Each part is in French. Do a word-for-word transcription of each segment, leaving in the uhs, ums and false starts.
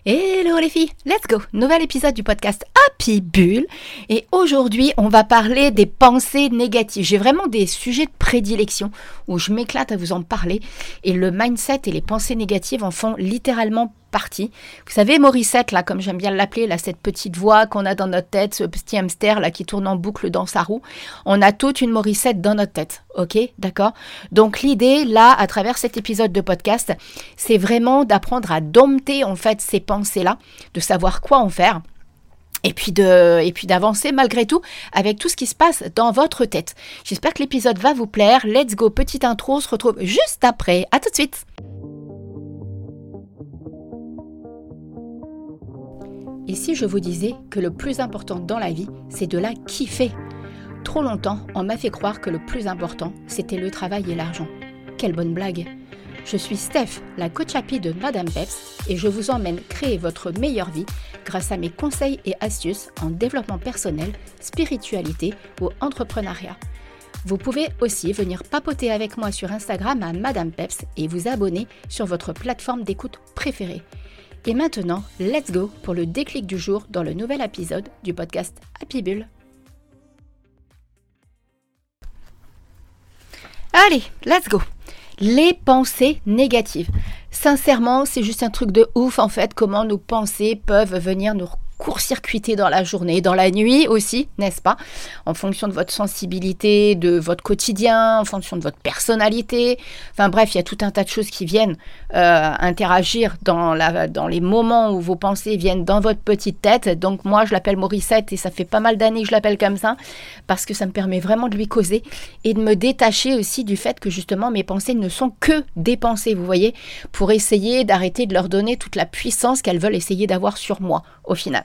Hello les filles, let's go! Nouvel épisode du podcast Happy Bull. Et aujourd'hui, on va parler des pensées négatives. J'ai vraiment des sujets de prédilection où je m'éclate à vous en parler. Et le mindset et les pensées négatives en font littéralement partie. Vous savez, Morissette, là, comme j'aime bien l'appeler, là, cette petite voix qu'on a dans notre tête, ce petit hamster là qui tourne en boucle dans sa roue, on a toute une Morissette dans notre tête, ok, d'accord? Donc l'idée, là, à travers cet épisode de podcast, c'est vraiment d'apprendre à dompter, en fait, ces pensées-là, de savoir quoi en faire. Et puis, de, et puis d'avancer malgré tout avec tout ce qui se passe dans votre tête. J'espère que l'épisode va vous plaire. Let's go, petite intro, on se retrouve juste après. À tout de suite. Et si je vous disais que le plus important dans la vie, c'est de la kiffer? Trop longtemps, on m'a fait croire que le plus important, c'était le travail et l'argent. Quelle bonne blague! Je suis Steph, la coach happy de Madame Peps, et je vous emmène créer votre meilleure vie grâce à mes conseils et astuces en développement personnel, spiritualité ou entrepreneuriat. Vous pouvez aussi venir papoter avec moi sur Instagram à Madame Peps et vous abonner sur votre plateforme d'écoute préférée. Et maintenant, let's go pour le déclic du jour dans le nouvel épisode du podcast Happy Bull. Allez, let's go! Les pensées négatives. Sincèrement, c'est juste un truc de ouf en fait, comment nos pensées peuvent venir nous court-circuiter dans la journée, dans la nuit aussi, n'est-ce pas? En fonction de votre sensibilité, de votre quotidien, en fonction de votre personnalité. Enfin bref, il y a tout un tas de choses qui viennent euh, interagir dans, la, dans les moments où vos pensées viennent dans votre petite tête. Donc moi, je l'appelle Morissette et ça fait pas mal d'années que je l'appelle comme ça parce que ça me permet vraiment de lui causer et de me détacher aussi du fait que justement mes pensées ne sont que des pensées, vous voyez, pour essayer d'arrêter de leur donner toute la puissance qu'elles veulent essayer d'avoir sur moi au final.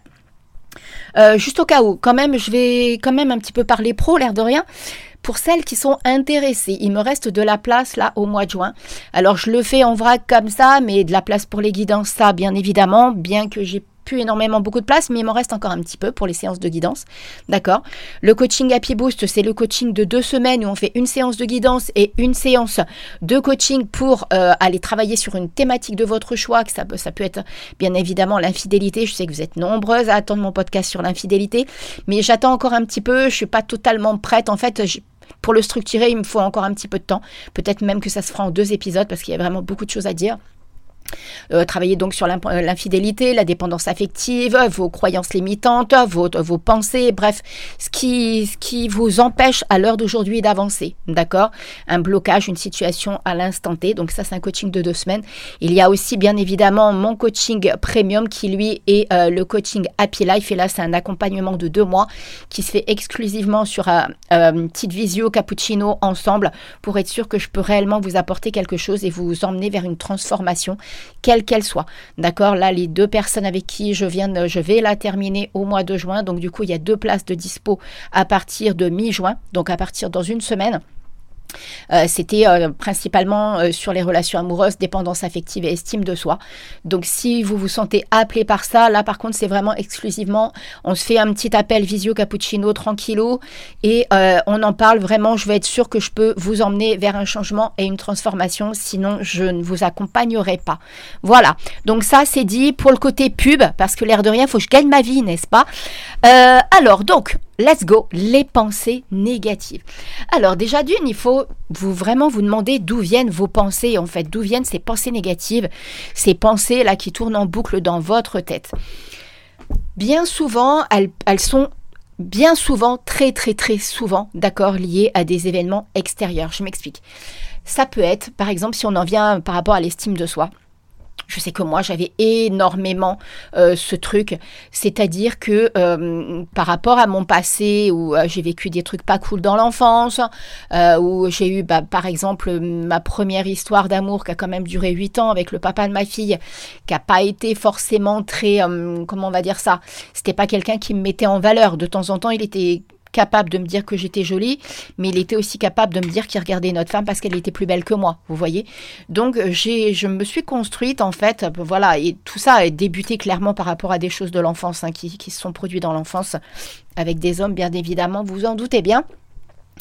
Euh, juste au cas où, quand même, je vais quand même un petit peu parler pro, l'air de rien. Pour celles qui sont intéressées, il me reste de la place là au mois de juin. Alors je le fais en vrac comme ça, mais de la place pour les guidances, ça bien évidemment, bien que j'ai plus énormément beaucoup de place, mais il m'en reste encore un petit peu pour les séances de guidance, d'accord? Le coaching Happy Boost, c'est le coaching de deux semaines où on fait une séance de guidance et une séance de coaching pour euh, aller travailler sur une thématique de votre choix, que ça peut, ça peut être bien évidemment l'infidélité. Je sais que vous êtes nombreuses à attendre mon podcast sur l'infidélité, mais j'attends encore un petit peu, je suis pas totalement prête. En fait, je, pour le structurer, il me faut encore un petit peu de temps, peut-être même que ça se fera en deux épisodes parce qu'il y a vraiment beaucoup de choses à dire. Euh, travailler donc sur l'infidélité, la dépendance affective, vos croyances limitantes, vos, vos pensées, bref, ce qui, ce qui vous empêche à l'heure d'aujourd'hui d'avancer, d'accord? Un blocage, une situation à l'instant T, donc ça c'est un coaching de deux semaines. Il y a aussi bien évidemment mon coaching premium qui lui est euh, le coaching Happy Life et là c'est un accompagnement de deux mois qui se fait exclusivement sur euh, euh, une petite visio cappuccino ensemble pour être sûr que je peux réellement vous apporter quelque chose et vous emmener vers une transformation quelle qu'elle soit, d'accord? Là, les deux personnes avec qui je viens, de, je vais la terminer au mois de juin, donc du coup, il y a deux places de dispo à partir de mi-juin, donc à partir dans une semaine. Euh, c'était euh, principalement euh, sur les relations amoureuses, dépendance affective et estime de soi. Donc si vous vous sentez appelé par ça, là par contre c'est vraiment exclusivement, on se fait un petit appel visio cappuccino tranquillo et euh, on en parle vraiment. Je vais être sûre que je peux vous emmener vers un changement et une transformation, sinon je ne vous accompagnerai pas. Voilà, donc ça c'est dit pour le côté pub, parce que l'air de rien, il faut que je gagne ma vie, n'est-ce pas? euh, Alors donc, let's go, les pensées négatives. Alors déjà d'une, il faut vous vraiment vous demander d'où viennent vos pensées, en fait, d'où viennent ces pensées négatives, ces pensées là qui tournent en boucle dans votre tête. Bien souvent, elles, elles sont bien souvent, très très très souvent, d'accord, liées à des événements extérieurs. Je m'explique. Ça peut être, par exemple, si on en vient par rapport à l'estime de soi. Je sais que moi, j'avais énormément euh, ce truc, c'est-à-dire que euh, par rapport à mon passé où euh, j'ai vécu des trucs pas cool dans l'enfance, euh, où j'ai eu bah, par exemple ma première histoire d'amour qui a quand même duré huit ans avec le papa de ma fille, qui n'a pas été forcément très, euh, comment on va dire ça, c'était pas quelqu'un qui me mettait en valeur. De temps en temps, il était capable de me dire que j'étais jolie, mais il était aussi capable de me dire qu'il regardait notre femme parce qu'elle était plus belle que moi, vous voyez. Donc, j'ai, je me suis construite, en fait, voilà, et tout ça a débuté clairement par rapport à des choses de l'enfance, hein, qui, qui se sont produites dans l'enfance, avec des hommes, bien évidemment, vous vous en doutez bien.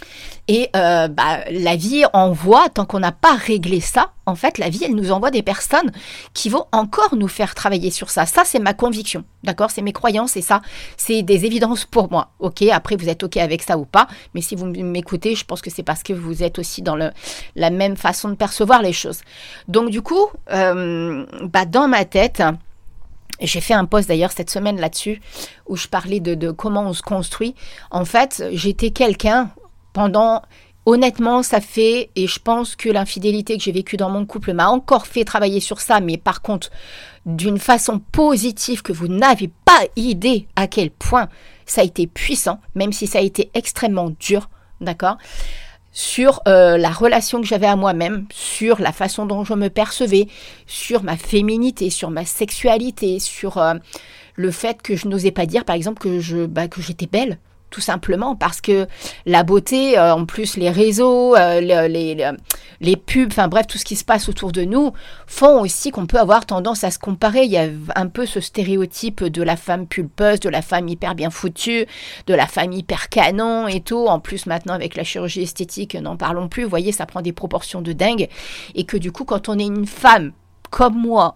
Et euh, bah, la vie envoie, tant qu'on n'a pas réglé ça, en fait, la vie, elle nous envoie des personnes qui vont encore nous faire travailler sur ça. Ça, c'est ma conviction, d'accord? C'est mes croyances et ça, c'est des évidences pour moi, ok? Après, vous êtes ok avec ça ou pas, mais si vous m'écoutez, je pense que c'est parce que vous êtes aussi dans le, la même façon de percevoir les choses. Donc, du coup, euh, bah, dans ma tête... J'ai fait un post d'ailleurs cette semaine là-dessus où je parlais de, de comment on se construit. En fait, j'étais quelqu'un pendant... Honnêtement, ça fait, et je pense que l'infidélité que j'ai vécue dans mon couple m'a encore fait travailler sur ça, mais par contre, d'une façon positive que vous n'avez pas idée à quel point ça a été puissant, même si ça a été extrêmement dur, d'accord ? Sur euh, la relation que j'avais à moi-même, sur la façon dont je me percevais, sur ma féminité, sur ma sexualité, sur euh, le fait que je n'osais pas dire, par exemple, que, je, bah, que j'étais belle, tout simplement, parce que la beauté, euh, en plus les réseaux, euh, les, les, les pubs, enfin bref, tout ce qui se passe autour de nous, font aussi qu'on peut avoir tendance à se comparer. Il y a un peu ce stéréotype de la femme pulpeuse, de la femme hyper bien foutue, de la femme hyper canon et tout. En plus, maintenant, avec la chirurgie esthétique, n'en parlons plus. Vous voyez, ça prend des proportions de dingue. Et que du coup, quand on est une femme comme moi,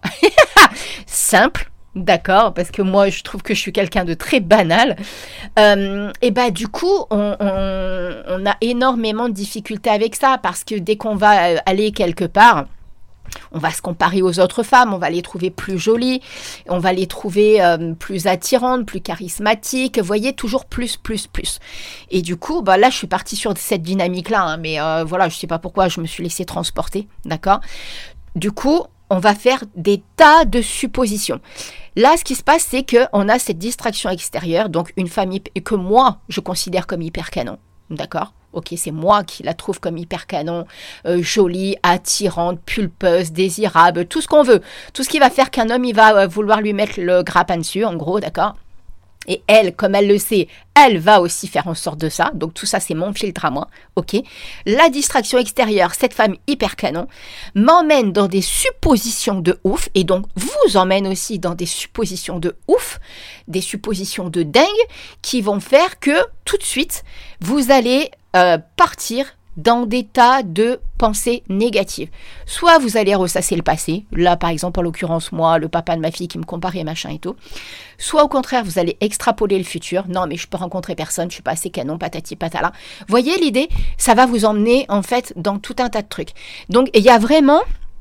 simple, d'accord, parce que moi, je trouve que je suis quelqu'un de très banal. Euh, et bah, du coup, on, on, on a énormément de difficultés avec ça, parce que dès qu'on va aller quelque part, on va se comparer aux autres femmes, on va les trouver plus jolies, on va les trouver euh, plus attirantes, plus charismatiques, vous voyez, toujours plus, plus, plus. Et du coup, bah là, je suis partie sur cette dynamique-là, hein, mais euh, voilà, je ne sais pas pourquoi je me suis laissée transporter, d'accord ? Du coup, on va faire des tas de suppositions. Là, ce qui se passe, c'est qu'on a cette distraction extérieure, donc une femme que moi, je considère comme hyper canon, d'accord ? Ok, c'est moi qui la trouve comme hyper canon, euh, jolie, attirante, pulpeuse, désirable, tout ce qu'on veut. Tout ce qui va faire qu'un homme, il va euh, vouloir lui mettre le grappin dessus, en gros, d'accord ? Et elle, comme elle le sait, elle va aussi faire en sorte de ça. Donc tout ça, c'est mon filtre à moi, ok ? La distraction extérieure, cette femme hyper canon, m'emmène dans des suppositions de ouf, et donc vous emmène aussi dans des suppositions de ouf, des suppositions de dingue, qui vont faire que tout de suite, vous allez euh, partir dans des tas de pensées négatives. Soit vous allez ressasser le passé, là par exemple en l'occurrence moi, le papa de ma fille qui me comparait machin et tout, soit au contraire vous allez extrapoler le futur, non mais je peux rencontrer personne, je suis pas assez canon, patati patala. Voyez l'idée, ça va vous emmener en fait dans tout un tas de trucs. Donc il y a vraiment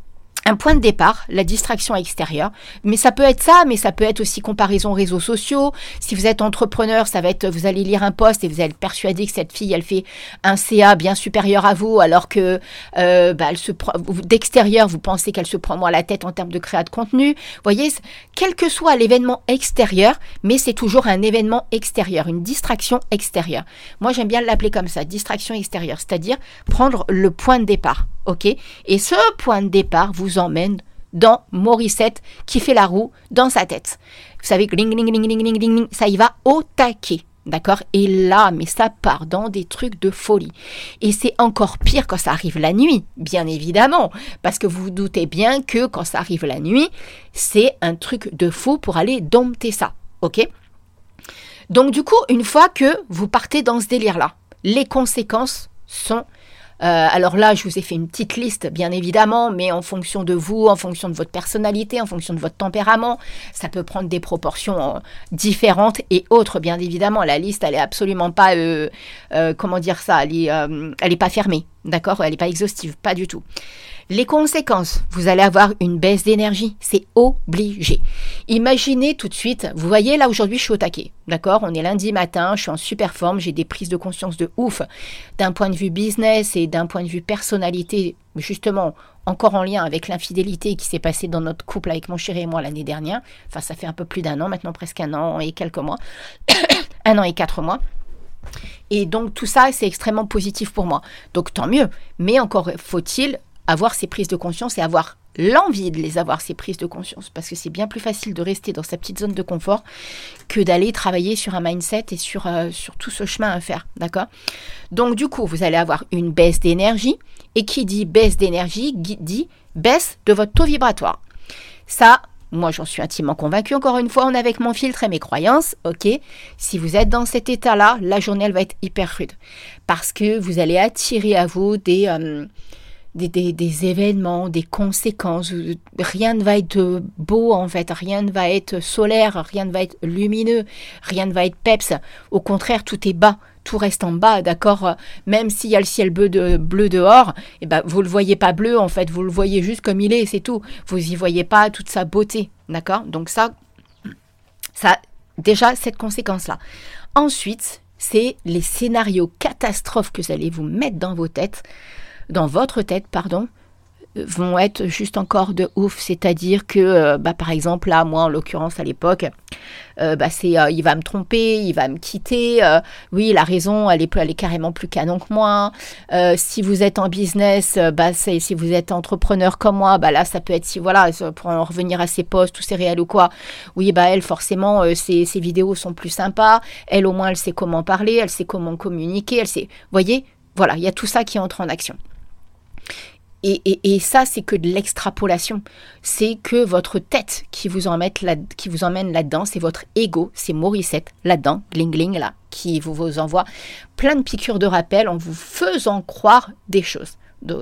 un point de départ, la distraction extérieure, mais ça peut être ça, mais ça peut être aussi comparaison réseaux sociaux. Si vous êtes entrepreneur, ça va être, vous allez lire un post et vous allez être persuadé que cette fille, elle fait un C A bien supérieur à vous, alors que euh, bah, elle se prend, d'extérieur, vous pensez qu'elle se prend moins la tête en termes de créa de contenu. Vous voyez, quel que soit l'événement extérieur, mais c'est toujours un événement extérieur, une distraction extérieure. Moi, j'aime bien l'appeler comme ça, distraction extérieure, c'est-à-dire prendre le point de départ. Ok, et ce point de départ vous emmène dans Morissette qui fait la roue dans sa tête. Vous savez que ling, ling, ling, ling, ling, ling, ça y va au taquet, d'accord ? Et là, mais ça part dans des trucs de folie. Et c'est encore pire quand ça arrive la nuit, bien évidemment, parce que vous vous doutez bien que quand ça arrive la nuit, c'est un truc de fou pour aller dompter ça, ok ? Donc du coup, une fois que vous partez dans ce délire-là, les conséquences sont... Euh, alors là, je vous ai fait une petite liste, bien évidemment, mais en fonction de vous, en fonction de votre personnalité, en fonction de votre tempérament, ça peut prendre des proportions euh, différentes et autres, bien évidemment. La liste, elle est absolument pas, euh, euh, comment dire ça, elle est, euh, elle est pas fermée, d'accord ? Elle n'est pas exhaustive, pas du tout. Les conséquences, vous allez avoir une baisse d'énergie, c'est obligé. Imaginez tout de suite, vous voyez là aujourd'hui je suis au taquet, d'accord ? On est lundi matin, je suis en super forme, j'ai des prises de conscience de ouf d'un point de vue business et d'un point de vue personnalité, justement encore en lien avec l'infidélité qui s'est passée dans notre couple avec mon chéri et moi l'année dernière. Enfin ça fait un peu plus d'un an, maintenant presque un an et quelques mois, un an et quatre mois. Et donc tout ça c'est extrêmement positif pour moi, donc tant mieux, mais encore faut-il avoir ces prises de conscience et avoir l'envie de les avoir, ces prises de conscience, parce que c'est bien plus facile de rester dans sa petite zone de confort que d'aller travailler sur un mindset et sur, euh, sur tout ce chemin à faire, d'accord ? Donc du coup, vous allez avoir une baisse d'énergie, et qui dit baisse d'énergie dit baisse de votre taux vibratoire. Ça, moi j'en suis intimement convaincue, encore une fois, on est avec mon filtre et mes croyances, ok. Si vous êtes dans cet état-là, la journée elle va être hyper rude. Parce que vous allez attirer à vous des, euh, des, des, des événements, des conséquences. Rien ne va être beau en fait, rien ne va être solaire, rien ne va être lumineux, rien ne va être peps. Au contraire, tout est bas. Tout reste en bas, d'accord. Même s'il y a le ciel bleu, de, bleu dehors, eh ben, vous ne le voyez pas bleu, en fait. Vous le voyez juste comme il est, c'est tout. Vous n'y voyez pas toute sa beauté, d'accord. Donc ça, ça, déjà, cette conséquence-là. Ensuite, c'est les scénarios catastrophes que vous allez vous mettre dans vos têtes, dans votre tête, pardon, vont être juste encore de ouf. C'est-à-dire que, euh, bah, par exemple, là, moi, en l'occurrence, à l'époque, euh, bah, c'est, euh, il va me tromper, il va me quitter. Euh, oui, la raison, elle est, elle est carrément plus canon que moi. Euh, si vous êtes en business, euh, bah, c'est, si vous êtes entrepreneur comme moi, bah, là, ça peut être, si, voilà, pour en revenir à ses posts ou ses réels ou quoi. Oui, bah, elle, forcément, euh, ses, ses vidéos sont plus sympas. Elle, au moins, elle sait comment parler, elle sait comment communiquer, elle sait, vous voyez, voilà, il y a tout ça qui entre en action. Et, et, et ça, c'est que de l'extrapolation. C'est que votre tête qui vous emmène, là, qui vous emmène là-dedans, c'est votre ego, c'est Morissette là-dedans, gling gling là, qui vous, vous envoie plein de piqûres de rappel en vous faisant croire des choses. D'accord ?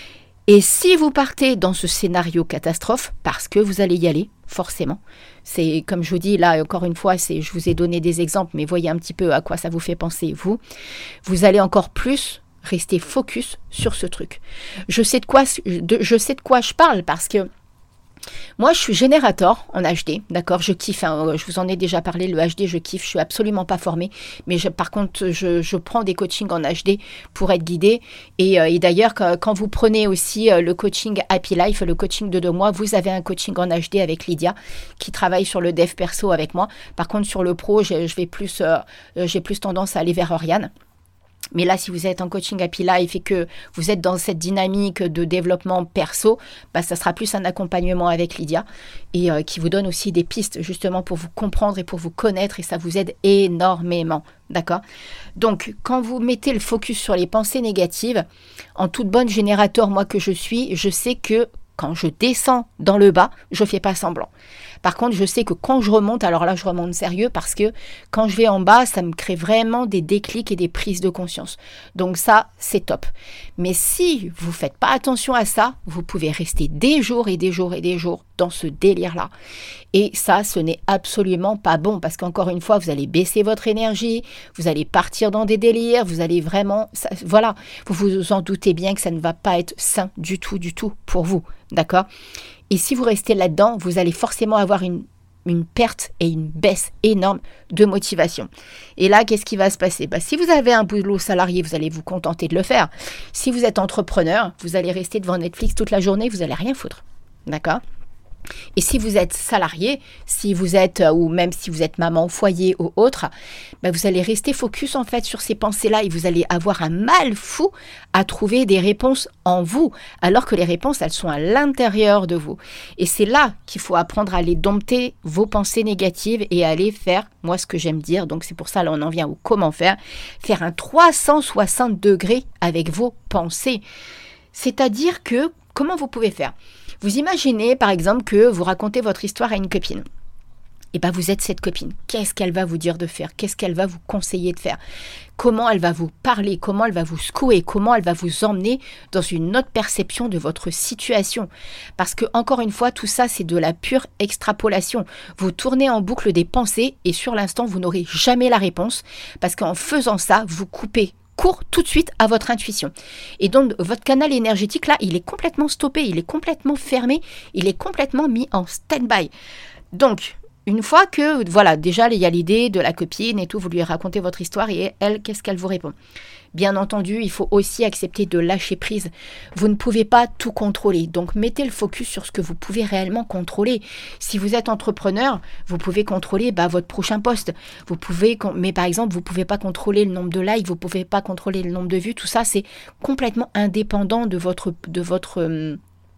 Et si vous partez dans ce scénario catastrophe, parce que vous allez y aller, forcément, c'est comme je vous dis, là encore une fois, c'est, je vous ai donné des exemples, mais voyez un petit peu à quoi ça vous fait penser, vous, vous allez encore plus rester focus sur ce truc. Je sais de quoi, de, je sais de quoi je parle parce que moi, je suis générateur en H D, d'accord, je kiffe, hein, je vous en ai déjà parlé, le H D, je kiffe, je suis absolument pas formée, mais je, par contre, je, je prends des coachings en H D pour être guidée, et, euh, et d'ailleurs, quand, quand vous prenez aussi euh, le coaching Happy Life, le coaching de deux mois, vous avez un coaching en H D avec Lydia, qui travaille sur le dev perso avec moi. Par contre, sur le pro, je, je vais plus, euh, j'ai plus tendance à aller vers Oriane. Mais là, si vous êtes en coaching Happy Life et que vous êtes dans cette dynamique de développement perso, bah, ça sera plus un accompagnement avec Lydia et euh, qui vous donne aussi des pistes justement pour vous comprendre et pour vous connaître et ça vous aide énormément. D'accord ? Donc, quand vous mettez le focus sur les pensées négatives, en toute bonne générateur, moi que je suis, je sais que quand je descends dans le bas, je ne fais pas semblant. Par contre, je sais que quand je remonte, alors là, je remonte sérieux parce que quand je vais en bas, ça me crée vraiment des déclics et des prises de conscience. Donc ça, c'est top. Mais si vous ne faites pas attention à ça, vous pouvez rester des jours et des jours et des jours dans ce délire-là. Et ça, ce n'est absolument pas bon parce qu'encore une fois, vous allez baisser votre énergie, vous allez partir dans des délires, vous allez vraiment... Ça, voilà, vous vous en doutez bien que ça ne va pas être sain du tout, du tout pour vous. D'accord ? Et si vous restez là-dedans, vous allez forcément avoir une, une perte et une baisse énorme de motivation. Et là, qu'est-ce qui va se passer ? Bah, si vous avez un boulot salarié, vous allez vous contenter de le faire. Si vous êtes entrepreneur, vous allez rester devant Netflix toute la journée, vous n'allez rien foutre. D'accord ? Et si vous êtes salarié, si vous êtes, ou même si vous êtes maman au foyer ou autre, ben vous allez rester focus en fait sur ces pensées-là et vous allez avoir un mal fou à trouver des réponses en vous, alors que les réponses, elles sont à l'intérieur de vous. Et c'est là qu'il faut apprendre à aller dompter vos pensées négatives et aller faire, moi ce que j'aime dire, donc c'est pour ça là on en vient au comment faire, faire un trois cent soixante degrés avec vos pensées. C'est-à-dire que, comment vous pouvez faire ? Vous imaginez par exemple que vous racontez votre histoire à une copine. Et bien vous êtes cette copine. Qu'est-ce qu'elle va vous dire de faire ? Qu'est-ce qu'elle va vous conseiller de faire ? Comment elle va vous parler ? Comment elle va vous secouer ? Comment elle va vous emmener dans une autre perception de votre situation ? Parce que encore une fois, tout ça c'est de la pure extrapolation. Vous tournez en boucle des pensées et sur l'instant vous n'aurez jamais la réponse parce qu'en faisant ça, vous coupez court tout de suite à votre intuition. Et donc, votre canal énergétique, là, il est complètement stoppé, il est complètement fermé, il est complètement mis en stand-by. Donc, une fois que, voilà, déjà, il y a l'idée de la copine et tout, vous lui racontez votre histoire et elle, qu'est-ce qu'elle vous répond ? Bien entendu, il faut aussi accepter de lâcher prise. Vous ne pouvez pas tout contrôler. Donc, mettez le focus sur ce que vous pouvez réellement contrôler. Si vous êtes entrepreneur, vous pouvez contrôler bah, votre prochain post. Vous pouvez, mais par exemple, vous ne pouvez pas contrôler le nombre de likes, vous ne pouvez pas contrôler le nombre de vues. Tout ça, c'est complètement indépendant de votre, de votre,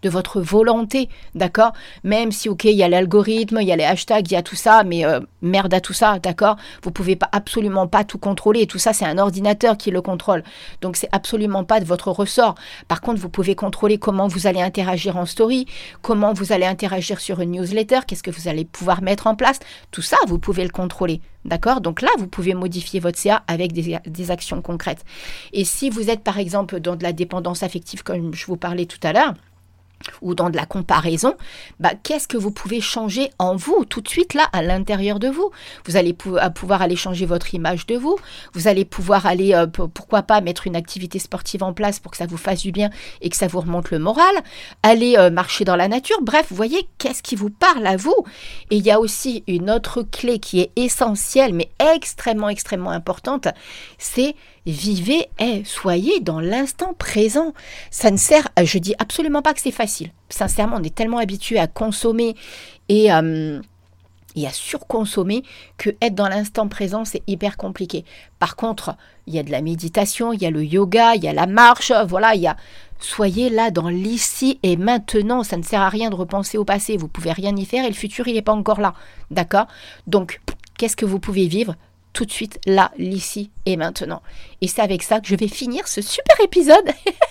de votre volonté, d'accord? Même si, ok, il y a l'algorithme, il y a les hashtags, il y a tout ça, mais euh, merde à tout ça, d'accord? Vous pouvez pas, absolument pas tout contrôler. Tout ça, c'est un ordinateur qui le contrôle. Donc, c'est absolument pas de votre ressort. Par contre, vous pouvez contrôler comment vous allez interagir en story, comment vous allez interagir sur une newsletter, qu'est-ce que vous allez pouvoir mettre en place. Tout ça, vous pouvez le contrôler. D'accord? Donc là, vous pouvez modifier votre C A avec des, des actions concrètes. Et si vous êtes, par exemple, dans de la dépendance affective, comme je vous parlais tout à l'heure, ou dans de la comparaison, bah, qu'est-ce que vous pouvez changer en vous, tout de suite, là, à l'intérieur de vous? Vous allez pou- pouvoir aller changer votre image de vous. Vous allez pouvoir aller, euh, p- pourquoi pas, mettre une activité sportive en place pour que ça vous fasse du bien et que ça vous remonte le moral. Aller euh, marcher dans la nature. Bref, vous voyez, qu'est-ce qui vous parle à vous? Et il y a aussi une autre clé qui est essentielle, mais extrêmement, extrêmement importante, c'est vivez et soyez dans l'instant présent. Ça ne sert, je dis absolument pas que c'est facile. Sincèrement, on est tellement habitué à consommer et, euh, et à surconsommer que être dans l'instant présent, c'est hyper compliqué. Par contre, il y a de la méditation, il y a le yoga, il y a la marche, voilà, il y a... Soyez là dans l'ici et maintenant. Ça ne sert à rien de repenser au passé. Vous pouvez rien y faire et le futur, il n'est pas encore là. D'accord? Donc, qu'est-ce que vous pouvez vivre tout de suite, là, l'ici et maintenant. Et c'est avec ça que je vais finir ce super épisode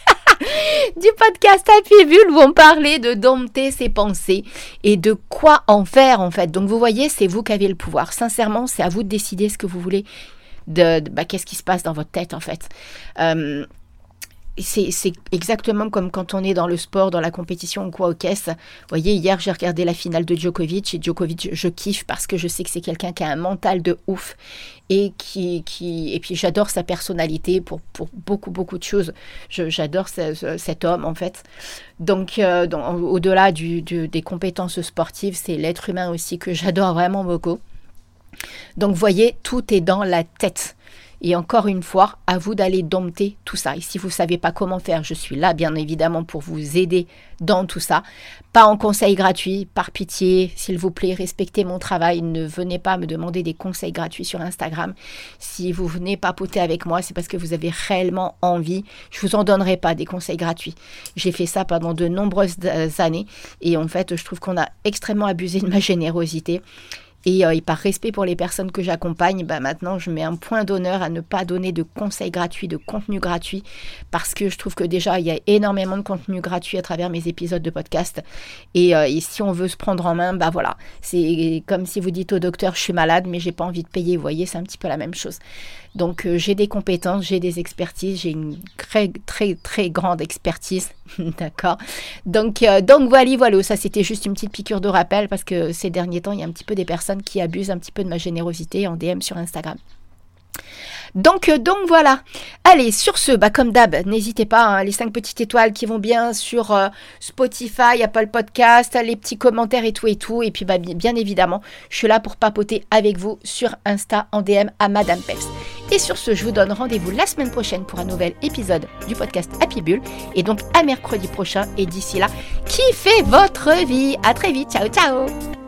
du podcast Happy Bull où on parlait de dompter ses pensées et de quoi en faire en fait. Donc vous voyez, c'est vous qui avez le pouvoir. Sincèrement, c'est à vous de décider ce que vous voulez, de, de bah, qu'est-ce qui se passe dans votre tête en fait. Euh, C'est, c'est exactement comme quand on est dans le sport, dans la compétition ou quoi aux caisses. Vous voyez, hier, j'ai regardé la finale de Djokovic. Et Djokovic, je kiffe parce que je sais que c'est quelqu'un qui a un mental de ouf. Et, qui, qui, et puis, j'adore sa personnalité pour, pour beaucoup, beaucoup de choses. Je, j'adore ce, ce, cet homme, en fait. Donc, euh, donc au-delà du, du, des compétences sportives, c'est l'être humain aussi que j'adore vraiment beaucoup. Donc, vous voyez, tout est dans la tête. Et encore une fois, à vous d'aller dompter tout ça. Et si vous ne savez pas comment faire, je suis là, bien évidemment, pour vous aider dans tout ça. Pas en conseil gratuit, par pitié, s'il vous plaît, respectez mon travail. Ne venez pas me demander des conseils gratuits sur Instagram. Si vous venez papoter avec moi, c'est parce que vous avez réellement envie. Je ne vous en donnerai pas des conseils gratuits. J'ai fait ça pendant de nombreuses années. Et en fait, je trouve qu'on a extrêmement abusé de ma générosité. Et, euh, et par respect pour les personnes que j'accompagne, bah maintenant je mets un point d'honneur à ne pas donner de conseils gratuits, de contenu gratuit, parce que je trouve que déjà il y a énormément de contenu gratuit à travers mes épisodes de podcast. Et, euh, et si on veut se prendre en main, bah voilà, c'est comme si vous dites au docteur je suis malade mais j'ai pas envie de payer, vous voyez, c'est un petit peu la même chose. Donc euh, j'ai des compétences, j'ai des expertises, j'ai une très très très grande expertise, d'accord. Donc euh, donc voilà, voilà, ça c'était juste une petite piqûre de rappel parce que ces derniers temps il y a un petit peu des personnes qui abusent un petit peu de ma générosité en D M sur Instagram. Donc, euh, donc voilà. Allez, sur ce, bah, comme d'hab, n'hésitez pas, hein, les cinq petites étoiles qui vont bien sur euh, Spotify, Apple Podcast, les petits commentaires et tout et tout. Et puis, bah, bien évidemment, je suis là pour papoter avec vous sur Insta en D M à Madame Peps. Et sur ce, je vous donne rendez-vous la semaine prochaine pour un nouvel épisode du podcast Happy Bull. Et donc, à mercredi prochain. Et d'ici là, kiffez votre vie. À très vite. Ciao, ciao.